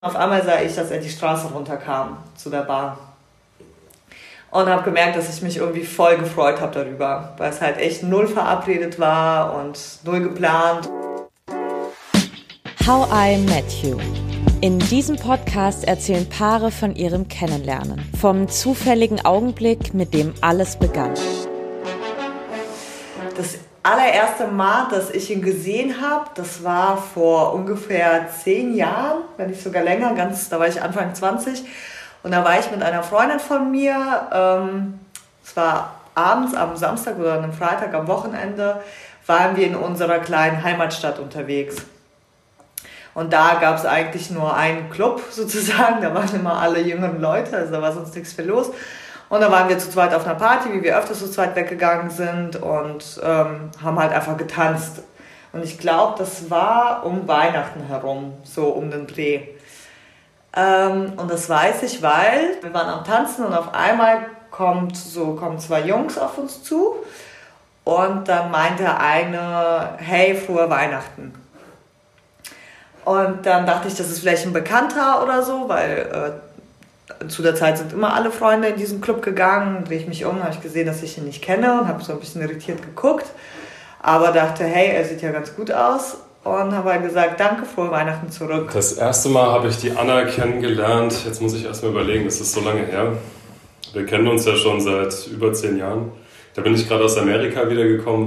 Auf einmal sah ich, dass er die Straße runterkam zu der Bar. Und habe gemerkt, dass ich mich irgendwie voll gefreut habe darüber, weil es halt echt null verabredet war und null geplant. How I Met You. In diesem Podcast erzählen Paare von ihrem Kennenlernen, vom zufälligen Augenblick, mit dem alles begann. Das allererste Mal, dass ich ihn gesehen habe, das war vor ungefähr 10 Jahren, wenn nicht sogar länger, da war ich Anfang 20. Und da war ich mit einer Freundin von mir, es war abends am Samstag oder einem Freitag am Wochenende, waren wir in unserer kleinen Heimatstadt unterwegs. Und da gab es eigentlich nur einen Club sozusagen, da waren immer alle jüngeren Leute, also da war sonst nichts viel los. Und da waren wir zu zweit auf einer Party, wie wir öfters zu zweit weggegangen sind und haben halt einfach getanzt. Und ich glaube, das war um Weihnachten herum, so um den Dreh. Und das weiß ich, weil wir waren am Tanzen und auf einmal kommen 2 Jungs auf uns zu und dann meint der eine, hey, frohe Weihnachten. Und dann dachte ich, das ist vielleicht ein Bekannter oder so, weil zu der Zeit sind immer alle Freunde in diesen Club gegangen. Drehe ich mich um, habe ich gesehen, dass ich ihn nicht kenne und habe so ein bisschen irritiert geguckt. Aber dachte, hey, er sieht ja ganz gut aus. Und habe halt gesagt, danke, frohe Weihnachten zurück. Das erste Mal habe ich die Anna kennengelernt. Jetzt muss ich erst mal überlegen, das ist so lange her. Wir kennen uns ja schon seit über 10 Jahren. Da bin ich gerade aus Amerika wiedergekommen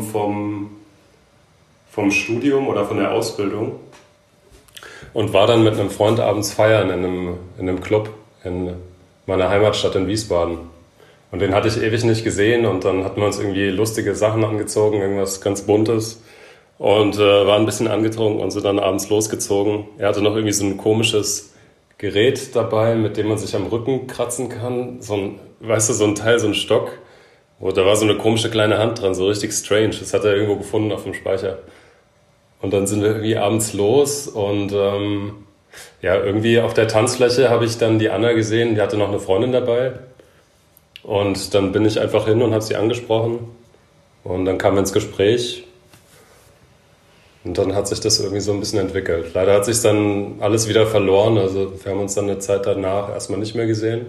vom Studium oder von der Ausbildung. Und war dann mit einem Freund abends feiern in einem Club in meiner Heimatstadt in Wiesbaden. Und den hatte ich ewig nicht gesehen und dann hatten wir uns irgendwie lustige Sachen angezogen, irgendwas ganz Buntes und waren ein bisschen angetrunken und sind dann abends losgezogen. Er hatte noch irgendwie so ein komisches Gerät dabei, mit dem man sich am Rücken kratzen kann. So ein Teil, so ein Stock. Und da war so eine komische kleine Hand dran, so richtig strange. Das hat er irgendwo gefunden auf dem Speicher. Und dann sind wir irgendwie abends los und irgendwie auf der Tanzfläche habe ich dann die Anna gesehen, die hatte noch eine Freundin dabei. Und dann bin ich einfach hin und habe sie angesprochen. Und dann kamen wir ins Gespräch. Und dann hat sich das irgendwie so ein bisschen entwickelt. Leider hat sich dann alles wieder verloren. Also wir haben uns dann eine Zeit danach erstmal nicht mehr gesehen.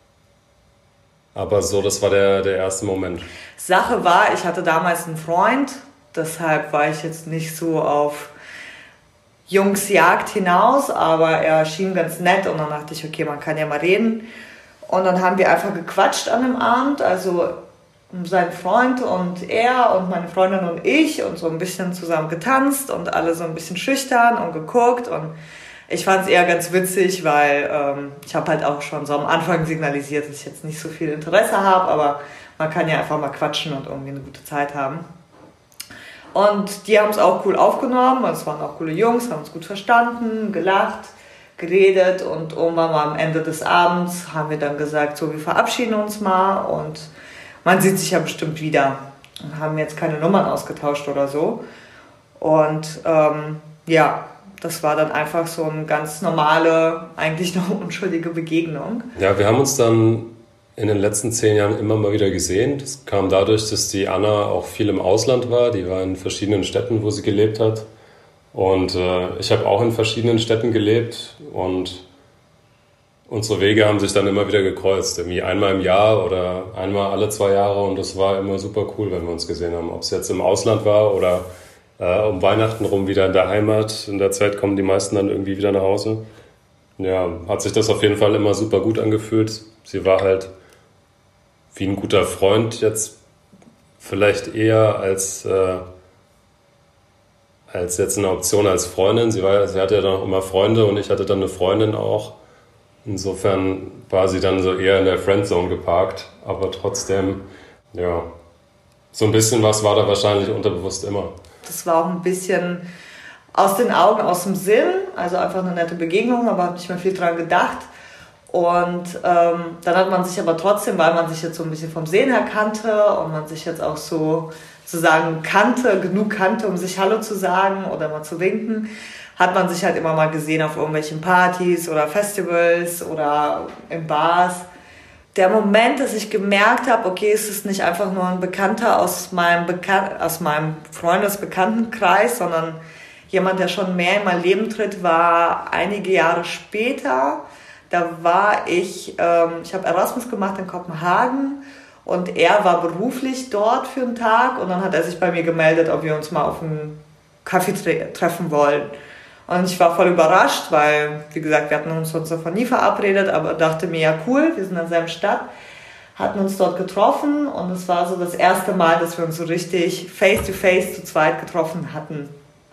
Aber so, das war der erste Moment. Sache war, ich hatte damals einen Freund. Deshalb war ich jetzt nicht so auf Jungsjagd hinaus, aber er schien ganz nett und dann dachte ich, okay, man kann ja mal reden. Und dann haben wir einfach gequatscht an dem Abend, also sein Freund und er und meine Freundin und ich und so ein bisschen zusammen getanzt und alle so ein bisschen schüchtern und geguckt und ich fand es eher ganz witzig, weil ich habe halt auch schon so am Anfang signalisiert, dass ich jetzt nicht so viel Interesse habe, aber man kann ja einfach mal quatschen und irgendwie eine gute Zeit haben. Und die haben es auch cool aufgenommen, es waren auch coole Jungs, haben uns gut verstanden, gelacht, geredet und irgendwann mal am Ende des Abends haben wir dann gesagt, so, wir verabschieden uns mal und man sieht sich ja bestimmt wieder und haben jetzt keine Nummern ausgetauscht oder so. Und das war dann einfach so eine ganz normale, eigentlich noch unschuldige Begegnung. Ja, wir haben uns dann in den letzten 10 Jahren immer mal wieder gesehen. Das kam dadurch, dass die Anna auch viel im Ausland war. Die war in verschiedenen Städten, wo sie gelebt hat. Und ich habe auch in verschiedenen Städten gelebt. Und unsere Wege haben sich dann immer wieder gekreuzt. Irgendwie einmal im Jahr oder einmal alle 2 Jahre. Und das war immer super cool, wenn wir uns gesehen haben. Ob es jetzt im Ausland war oder um Weihnachten rum wieder in der Heimat. In der Zeit kommen die meisten dann irgendwie wieder nach Hause. Ja, hat sich das auf jeden Fall immer super gut angefühlt. Sie war halt wie ein guter Freund jetzt vielleicht eher als jetzt eine Option als Freundin. Sie hatte ja dann auch immer Freunde und ich hatte dann eine Freundin auch. Insofern war sie dann so eher in der Friendzone geparkt. Aber trotzdem, ja, so ein bisschen was war da wahrscheinlich unterbewusst immer. Das war auch ein bisschen aus den Augen, aus dem Sinn. Also einfach eine nette Begegnung, aber habe nicht mehr viel dran gedacht. Und dann hat man sich aber trotzdem, weil man sich jetzt so ein bisschen vom Sehen her kannte und man sich jetzt auch sozusagen genug kannte, um sich Hallo zu sagen oder mal zu winken, hat man sich halt immer mal gesehen auf irgendwelchen Partys oder Festivals oder in Bars. Der Moment, dass ich gemerkt habe, okay, es ist nicht einfach nur ein Bekannter aus meinem Freundesbekanntenkreis, sondern jemand, der schon mehr in mein Leben tritt, war einige Jahre später. Da war ich habe Erasmus gemacht in Kopenhagen und er war beruflich dort für einen Tag und dann hat er sich bei mir gemeldet, ob wir uns mal auf einen Kaffee treffen wollen. Und ich war voll überrascht, weil, wie gesagt, wir hatten uns sonst davon nie verabredet, aber dachte mir, ja cool, wir sind in derselben Stadt, hatten uns dort getroffen und es war so das erste Mal, dass wir uns so richtig face-to-face zu zweit getroffen hatten.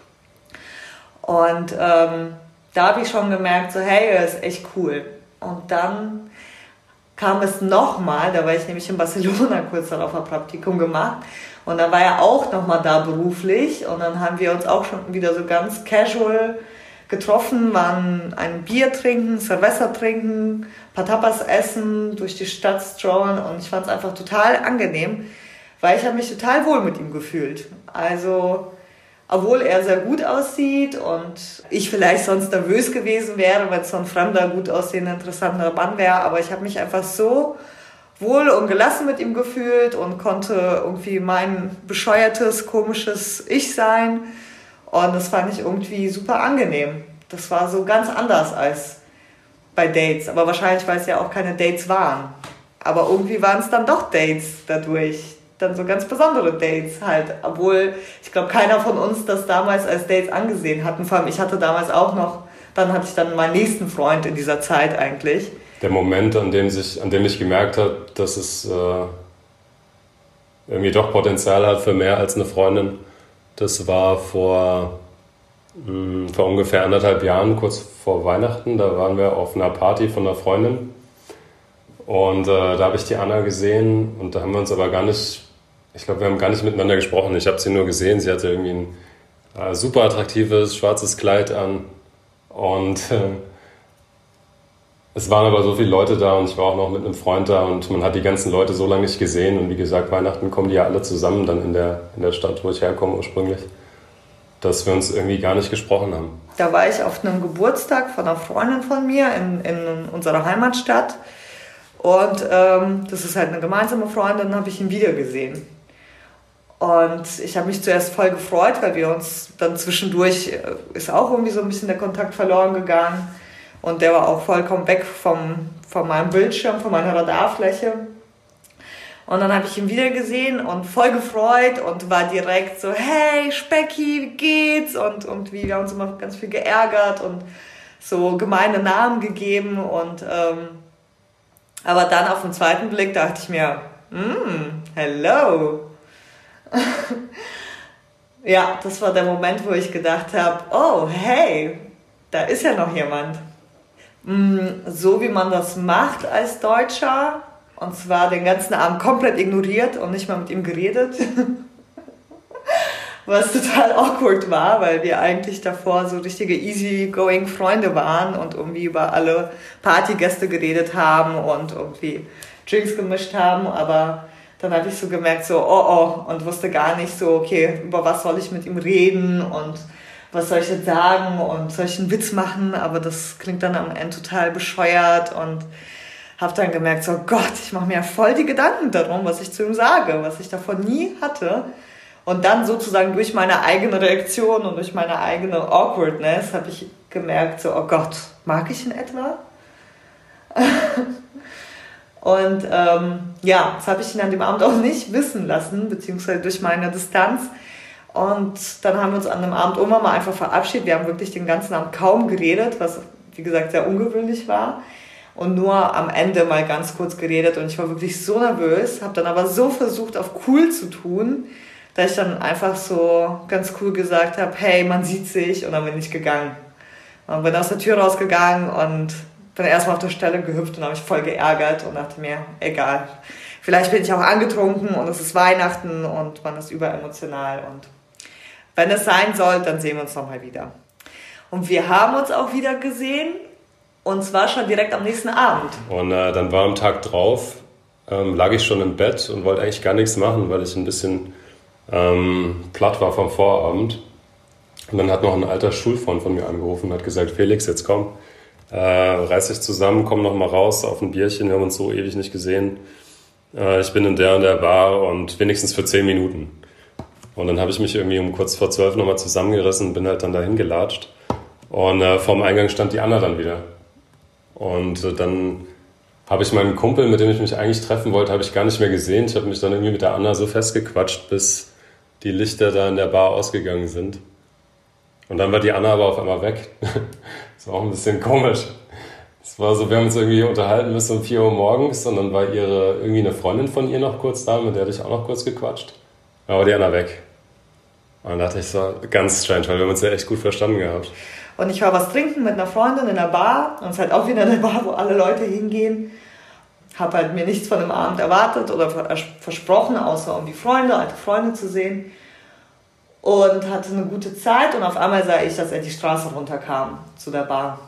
Und da habe ich schon gemerkt, so hey, er ist echt cool. Und dann kam es nochmal, da war ich nämlich in Barcelona kurz darauf, ein Praktikum gemacht. Und dann war er auch nochmal da beruflich und dann haben wir uns auch schon wieder so ganz casual getroffen, waren ein Bier trinken, Cerveza trinken, ein paar Tapas essen, durch die Stadt strollen und ich fand es einfach total angenehm, weil ich habe mich total wohl mit ihm gefühlt. Also, obwohl er sehr gut aussieht und ich vielleicht sonst nervös gewesen wäre, weil es so ein fremder, gut aussehender, interessanter Mann wäre, aber ich habe mich einfach so wohl und gelassen mit ihm gefühlt und konnte irgendwie mein bescheuertes, komisches Ich sein. Und das fand ich irgendwie super angenehm. Das war so ganz anders als bei Dates. Aber wahrscheinlich, weil es ja auch keine Dates waren. Aber irgendwie waren es dann doch Dates dadurch. Dann so ganz besondere Dates halt. Obwohl, ich glaube, keiner von uns das damals als Dates angesehen hatten. Vor allem, ich hatte damals auch noch, dann hatte ich dann meinen nächsten Freund in dieser Zeit eigentlich. Der Moment, an dem ich gemerkt habe, dass es irgendwie doch Potenzial hat für mehr als eine Freundin, das war vor ungefähr 1,5 Jahren, kurz vor Weihnachten. Da waren wir auf einer Party von einer Freundin und da habe ich die Anna gesehen und da haben wir uns aber gar nicht miteinander gesprochen. Ich habe sie nur gesehen, sie hatte irgendwie ein super attraktives schwarzes Kleid an und es waren aber so viele Leute da und ich war auch noch mit einem Freund da und man hat die ganzen Leute so lange nicht gesehen und wie gesagt, Weihnachten kommen die ja alle zusammen dann in der Stadt, wo ich herkomme ursprünglich, dass wir uns irgendwie gar nicht gesprochen haben. Da war ich auf einem Geburtstag von einer Freundin von mir in unserer Heimatstadt und das ist halt eine gemeinsame Freundin, dann habe ich ihn wieder gesehen. Und ich habe mich zuerst voll gefreut, weil wir uns dann zwischendurch, ist auch irgendwie so ein bisschen der Kontakt verloren gegangen. Und der war auch vollkommen weg von meinem Bildschirm, von meiner Radarfläche. Und dann habe ich ihn wieder gesehen und voll gefreut und war direkt so, hey Specki, wie geht's? Und wie wir haben uns immer ganz viel geärgert und so gemeine Namen gegeben. Und aber dann auf den zweiten Blick dachte ich mir, hello. Ja, das war der Moment, wo ich gedacht habe, oh hey, da ist ja noch jemand. So wie man das macht als Deutscher, und zwar den ganzen Abend komplett ignoriert und nicht mal mit ihm geredet, was total awkward war, weil wir eigentlich davor so richtige easygoing Freunde waren und irgendwie über alle Partygäste geredet haben und irgendwie Drinks gemischt haben, aber dann habe ich so gemerkt, so oh, und wusste gar nicht so, okay, über was soll ich mit ihm reden und was soll ich jetzt sagen und soll ich einen Witz machen, aber das klingt dann am Ende total bescheuert und habe dann gemerkt, so Gott, ich mache mir ja voll die Gedanken darum, was ich zu ihm sage, was ich davon nie hatte. Und dann sozusagen durch meine eigene Reaktion und durch meine eigene Awkwardness habe ich gemerkt, so oh Gott, mag ich ihn etwa? Und das habe ich ihn an dem Abend auch nicht wissen lassen, beziehungsweise durch meine Distanz. Und dann haben wir uns an dem Abend irgendwann mal einfach verabschiedet. Wir haben wirklich den ganzen Abend kaum geredet, was, wie gesagt, sehr ungewöhnlich war. Und nur am Ende mal ganz kurz geredet. Und ich war wirklich so nervös, habe dann aber so versucht, auf cool zu tun, dass ich dann einfach so ganz cool gesagt habe, hey, man sieht sich. Und dann bin ich gegangen. Und bin aus der Tür rausgegangen und bin erstmal auf der Stelle gehüpft und habe mich voll geärgert und dachte mir, egal. Vielleicht bin ich auch angetrunken und es ist Weihnachten und man ist überemotional. Und wenn es sein soll, dann sehen wir uns nochmal wieder. Und wir haben uns auch wieder gesehen. Und zwar schon direkt am nächsten Abend. Und dann war am Tag drauf, lag ich schon im Bett und wollte eigentlich gar nichts machen, weil ich ein bisschen platt war vom Vorabend. Und dann hat noch ein alter Schulfreund von mir angerufen und hat gesagt, Felix, jetzt komm, reiß dich zusammen, komm noch mal raus auf ein Bierchen, wir haben uns so ewig nicht gesehen. Ich bin in der und der Bar und wenigstens für 10 Minuten. Und dann habe ich mich irgendwie um kurz vor 12 nochmal zusammengerissen und bin halt dann dahin gelatscht. Und vorm Eingang stand die Anna dann wieder. Und dann habe ich meinen Kumpel, mit dem ich mich eigentlich treffen wollte, habe ich gar nicht mehr gesehen. Ich habe mich dann irgendwie mit der Anna so festgequatscht, bis die Lichter da in der Bar ausgegangen sind. Und dann war die Anna aber auf einmal weg. Das war auch ein bisschen komisch. Es war so, wir haben uns irgendwie unterhalten bis um 4 Uhr morgens und dann war irgendwie eine Freundin von ihr noch kurz da, mit der hatte ich auch noch kurz gequatscht. Aber die Anna weg. Und dann dachte ich so, ganz strange, weil wir haben uns ja echt gut verstanden gehabt. Und ich war was trinken mit einer Freundin in der Bar. Und es ist halt auch wieder eine Bar, wo alle Leute hingehen. Habe halt mir nichts von dem Abend erwartet oder versprochen, außer um die alte Freunde zu sehen. Und hatte eine gute Zeit. Und auf einmal sah ich, dass er die Straße runterkam zu der Bar.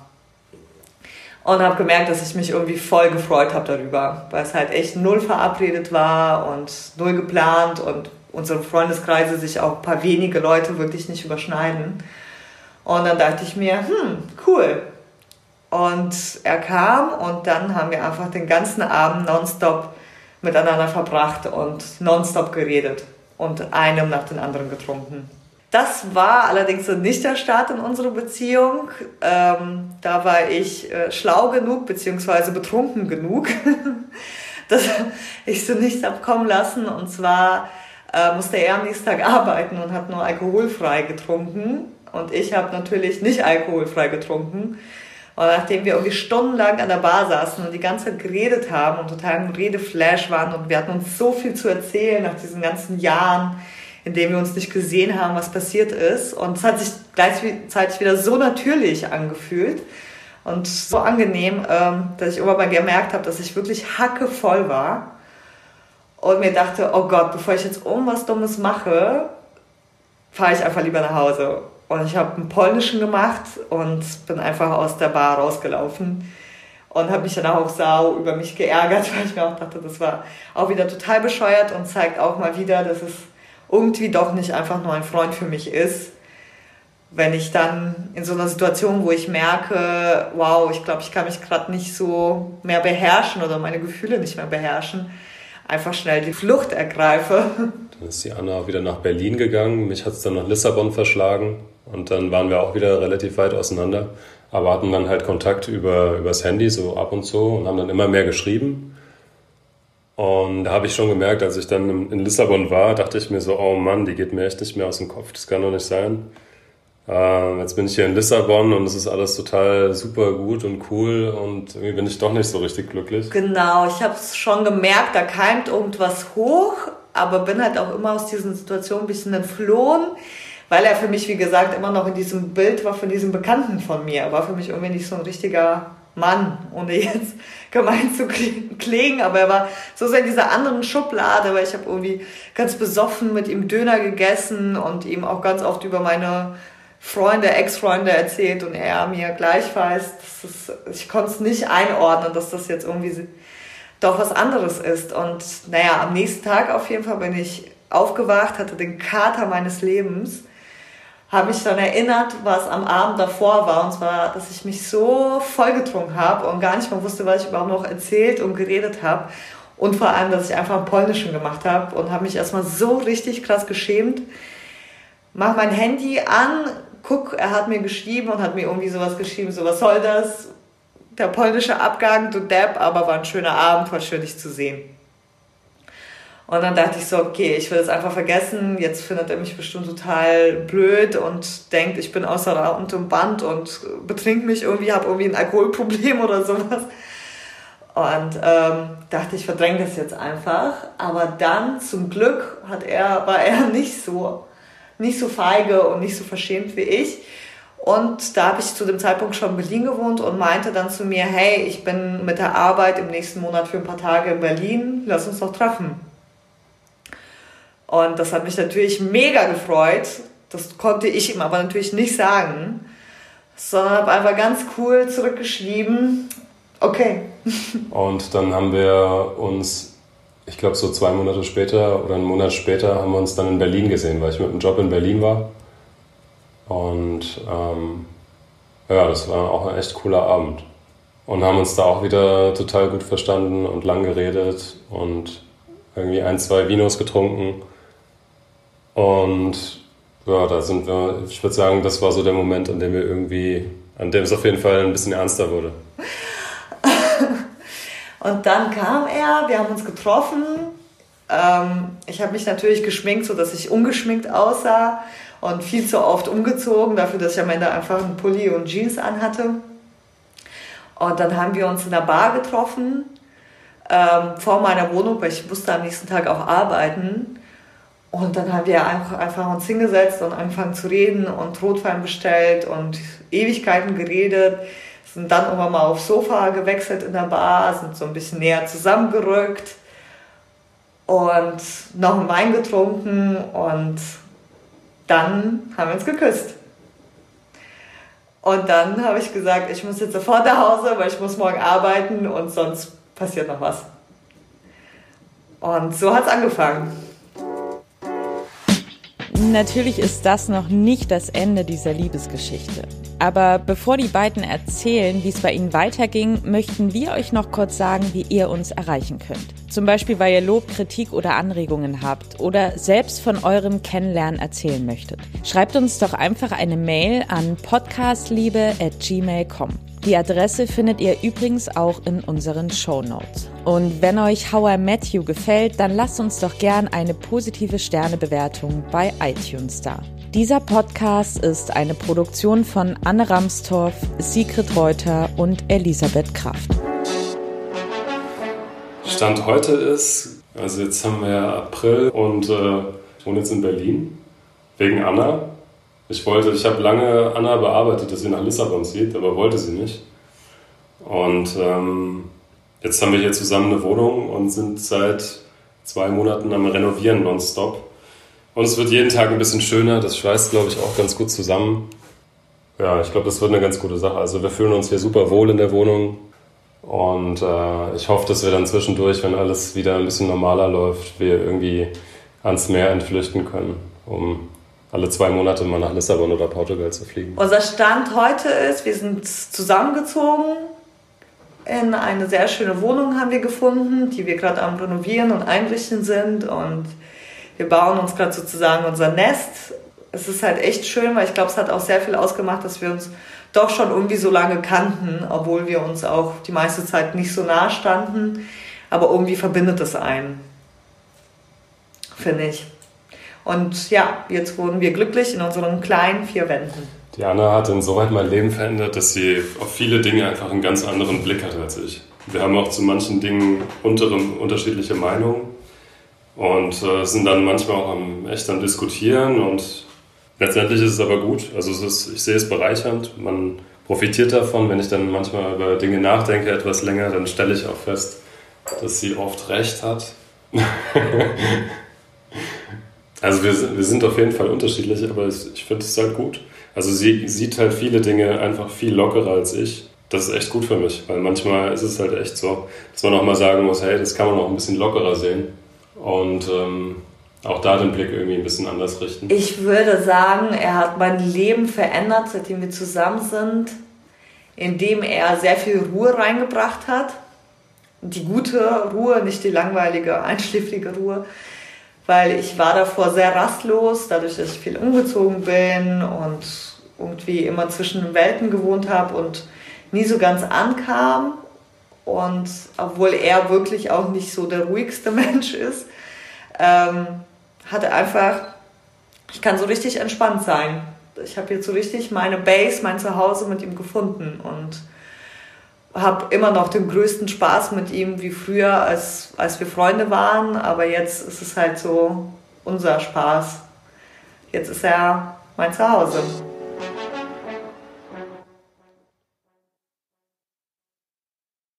Und habe gemerkt, dass ich mich irgendwie voll gefreut habe darüber. Weil es halt echt null verabredet war und null geplant. Und unsere Freundeskreise sich auch ein paar wenige Leute wirklich nicht überschneiden. Und dann dachte ich mir, cool. Und er kam und dann haben wir einfach den ganzen Abend nonstop miteinander verbracht und nonstop geredet und einem nach dem anderen getrunken. Das war allerdings so nicht der Start in unsere Beziehung. Da war ich schlau genug bzw. betrunken genug, dass ich so nichts abkommen lassen. Und zwar musste er am nächsten Tag arbeiten und hat nur alkoholfrei getrunken. Und ich habe natürlich nicht alkoholfrei getrunken. Und nachdem wir irgendwie stundenlang an der Bar saßen und die ganze Zeit geredet haben und total im Redeflash waren und wir hatten uns so viel zu erzählen nach diesen ganzen Jahren, in denen wir uns nicht gesehen haben, was passiert ist. Und es hat sich gleichzeitig wieder so natürlich angefühlt und so angenehm, dass ich irgendwann mal gemerkt habe, dass ich wirklich hackevoll war und mir dachte, oh Gott, bevor ich jetzt irgendwas Dummes mache, fahre ich einfach lieber nach Hause. Und ich habe einen polnischen gemacht und bin einfach aus der Bar rausgelaufen und habe mich dann auch sau über mich geärgert, weil ich mir auch dachte, das war auch wieder total bescheuert und zeigt auch mal wieder, dass es irgendwie doch nicht einfach nur ein Freund für mich ist, wenn ich dann in so einer Situation, wo ich merke, wow, ich glaube, ich kann mich gerade nicht so mehr beherrschen oder meine Gefühle nicht mehr beherrschen, einfach schnell die Flucht ergreife. Dann ist die Anna auch wieder nach Berlin gegangen, mich hat es dann nach Lissabon verschlagen und dann waren wir auch wieder relativ weit auseinander, aber hatten dann halt Kontakt übers Handy, so ab und zu und haben dann immer mehr geschrieben. Und da habe ich schon gemerkt, als ich dann in Lissabon war, dachte ich mir so, oh Mann, die geht mir echt nicht mehr aus dem Kopf, das kann doch nicht sein. Jetzt bin ich hier in Lissabon und es ist alles total super gut und cool und irgendwie bin ich doch nicht so richtig glücklich. Genau, ich habe es schon gemerkt, da keimt irgendwas hoch, aber bin halt auch immer aus diesen Situationen ein bisschen entflohen, weil er für mich, wie gesagt, immer noch in diesem Bild war von diesem Bekannten von mir. Er war für mich irgendwie nicht so ein richtiger Mann, ohne jetzt gemein zu klingen, aber er war so sehr in dieser anderen Schublade, weil ich habe irgendwie ganz besoffen mit ihm Döner gegessen und ihm auch ganz oft über meine Freunde, Ex-Freunde erzählt und er mir gleichfalls. Ich konnte es nicht einordnen, dass das jetzt irgendwie doch was anderes ist. Und naja, am nächsten Tag auf jeden Fall bin ich aufgewacht, hatte den Kater meines Lebens, habe mich dann erinnert, was am Abend davor war. Und zwar, dass ich mich so vollgetrunken habe und gar nicht mehr wusste, was ich überhaupt noch erzählt und geredet habe. Und vor allem, dass ich einfach einen polnischen gemacht habe und habe mich erstmal so richtig krass geschämt. Mach mein Handy an, guck, er hat mir geschrieben und hat mir irgendwie sowas geschrieben, so was soll das? Der polnische Abgang, du Depp, aber war ein schöner Abend, war schön dich zu sehen. Und dann dachte ich so, okay, ich will das einfach vergessen, jetzt findet er mich bestimmt total blöd und denkt, ich bin außer Rand und Band und betrink mich irgendwie, habe irgendwie ein Alkoholproblem oder sowas. Und dachte, ich verdränge das jetzt einfach. Aber dann, zum Glück, war er nicht so feige und nicht so verschämt wie ich. Und da habe ich zu dem Zeitpunkt schon in Berlin gewohnt und meinte dann zu mir, hey, ich bin mit der Arbeit im nächsten Monat für ein paar Tage in Berlin, lass uns doch treffen. Und das hat mich natürlich mega gefreut. Das konnte ich ihm aber natürlich nicht sagen, sondern habe einfach ganz cool zurückgeschrieben, okay. Und dann haben wir uns, ich glaube so 2 Monate später oder einen Monat später, haben wir uns dann in Berlin gesehen, weil ich mit einem Job in Berlin war. Und ja, das war auch ein echt cooler Abend. Und haben uns da auch wieder total gut verstanden und lang geredet und irgendwie 1, 2 Vinos getrunken. Und ja, da sind wir, ich würde sagen, das war so der Moment, an dem es auf jeden Fall ein bisschen ernster wurde. Und dann kam er, wir haben uns getroffen. Ich habe mich natürlich geschminkt, sodass ich ungeschminkt aussah und viel zu oft umgezogen, dafür, dass ich am Ende einfach einen Pulli und Jeans anhatte. Und dann haben wir uns in der Bar getroffen, vor meiner Wohnung, weil ich musste am nächsten Tag auch arbeiten. Und dann haben wir einfach uns hingesetzt und angefangen zu reden und Rotwein bestellt und Ewigkeiten geredet. Sind dann irgendwann mal aufs Sofa gewechselt in der Bar, sind so ein bisschen näher zusammengerückt und noch einen Wein getrunken und dann haben wir uns geküsst. Und dann habe ich gesagt, ich muss jetzt sofort nach Hause, weil ich muss morgen arbeiten und sonst passiert noch was. Und so hat es angefangen. Natürlich ist das noch nicht das Ende dieser Liebesgeschichte. Aber bevor die beiden erzählen, wie es bei ihnen weiterging, möchten wir euch noch kurz sagen, wie ihr uns erreichen könnt. Zum Beispiel, weil ihr Lob, Kritik oder Anregungen habt oder selbst von eurem Kennenlernen erzählen möchtet. Schreibt uns doch einfach eine Mail an podcastliebe@gmail.com. Die Adresse findet ihr übrigens auch in unseren Shownotes. Und wenn euch How I Met You gefällt, dann lasst uns doch gern eine positive Sternebewertung bei iTunes da. Dieser Podcast ist eine Produktion von Anne Ramstorff, Sigrid Reuter und Elisabeth Kraft. Stand heute ist, also jetzt haben wir ja April und ich wohne jetzt in Berlin, wegen Anna. Ich habe lange Anna bearbeitet, dass sie nach Lissabon zieht, aber wollte sie nicht. Und jetzt haben wir hier zusammen eine Wohnung und sind seit 2 Monaten am Renovieren nonstop. Und es wird jeden Tag ein bisschen schöner, das schweißt, glaube ich, auch ganz gut zusammen. Ja, ich glaube, das wird eine ganz gute Sache. Also wir fühlen uns hier super wohl in der Wohnung und ich hoffe, dass wir dann zwischendurch, wenn alles wieder ein bisschen normaler läuft, wir irgendwie ans Meer entflüchten können, um alle 2 Monate mal nach Lissabon oder Portugal zu fliegen. Unser Stand heute ist, wir sind zusammengezogen in eine sehr schöne Wohnung haben wir gefunden, die wir gerade am Renovieren und Einrichten sind und wir bauen uns gerade sozusagen unser Nest. Es ist halt echt schön, weil ich glaube, es hat auch sehr viel ausgemacht, dass wir uns doch schon irgendwie so lange kannten, obwohl wir uns auch die meiste Zeit nicht so nah standen, aber irgendwie verbindet es einen, finde ich. Und ja, jetzt wurden wir glücklich in unseren kleinen 4 Wänden. Die Anna hat insoweit mein Leben verändert, dass sie auf viele Dinge einfach einen ganz anderen Blick hat als ich. Wir haben auch zu manchen Dingen unterschiedliche Meinungen und sind dann manchmal auch echt am Diskutieren und letztendlich ist es aber gut. Also ich sehe es bereichernd, man profitiert davon. Wenn ich dann manchmal über Dinge nachdenke etwas länger, dann stelle ich auch fest, dass sie oft recht hat. Also wir sind auf jeden Fall unterschiedlich, aber ich finde es halt gut. Also sie sieht halt viele Dinge einfach viel lockerer als ich. Das ist echt gut für mich, weil manchmal ist es halt echt so, dass man auch mal sagen muss, hey, das kann man auch ein bisschen lockerer sehen und auch da den Blick irgendwie ein bisschen anders richten. Ich würde sagen, er hat mein Leben verändert, seitdem wir zusammen sind, indem er sehr viel Ruhe reingebracht hat. Die gute Ruhe, nicht die langweilige, einschläfrige Ruhe. Weil ich war davor sehr rastlos, dadurch, dass ich viel umgezogen bin und irgendwie immer zwischen den Welten gewohnt habe und nie so ganz ankam. Und obwohl er wirklich auch nicht so der ruhigste Mensch ist, hat er einfach, ich kann so richtig entspannt sein. Ich habe jetzt so richtig meine Base, mein Zuhause mit ihm gefunden und habe immer noch den größten Spaß mit ihm wie früher, als wir Freunde waren. Aber jetzt ist es halt so unser Spaß. Jetzt ist er mein Zuhause.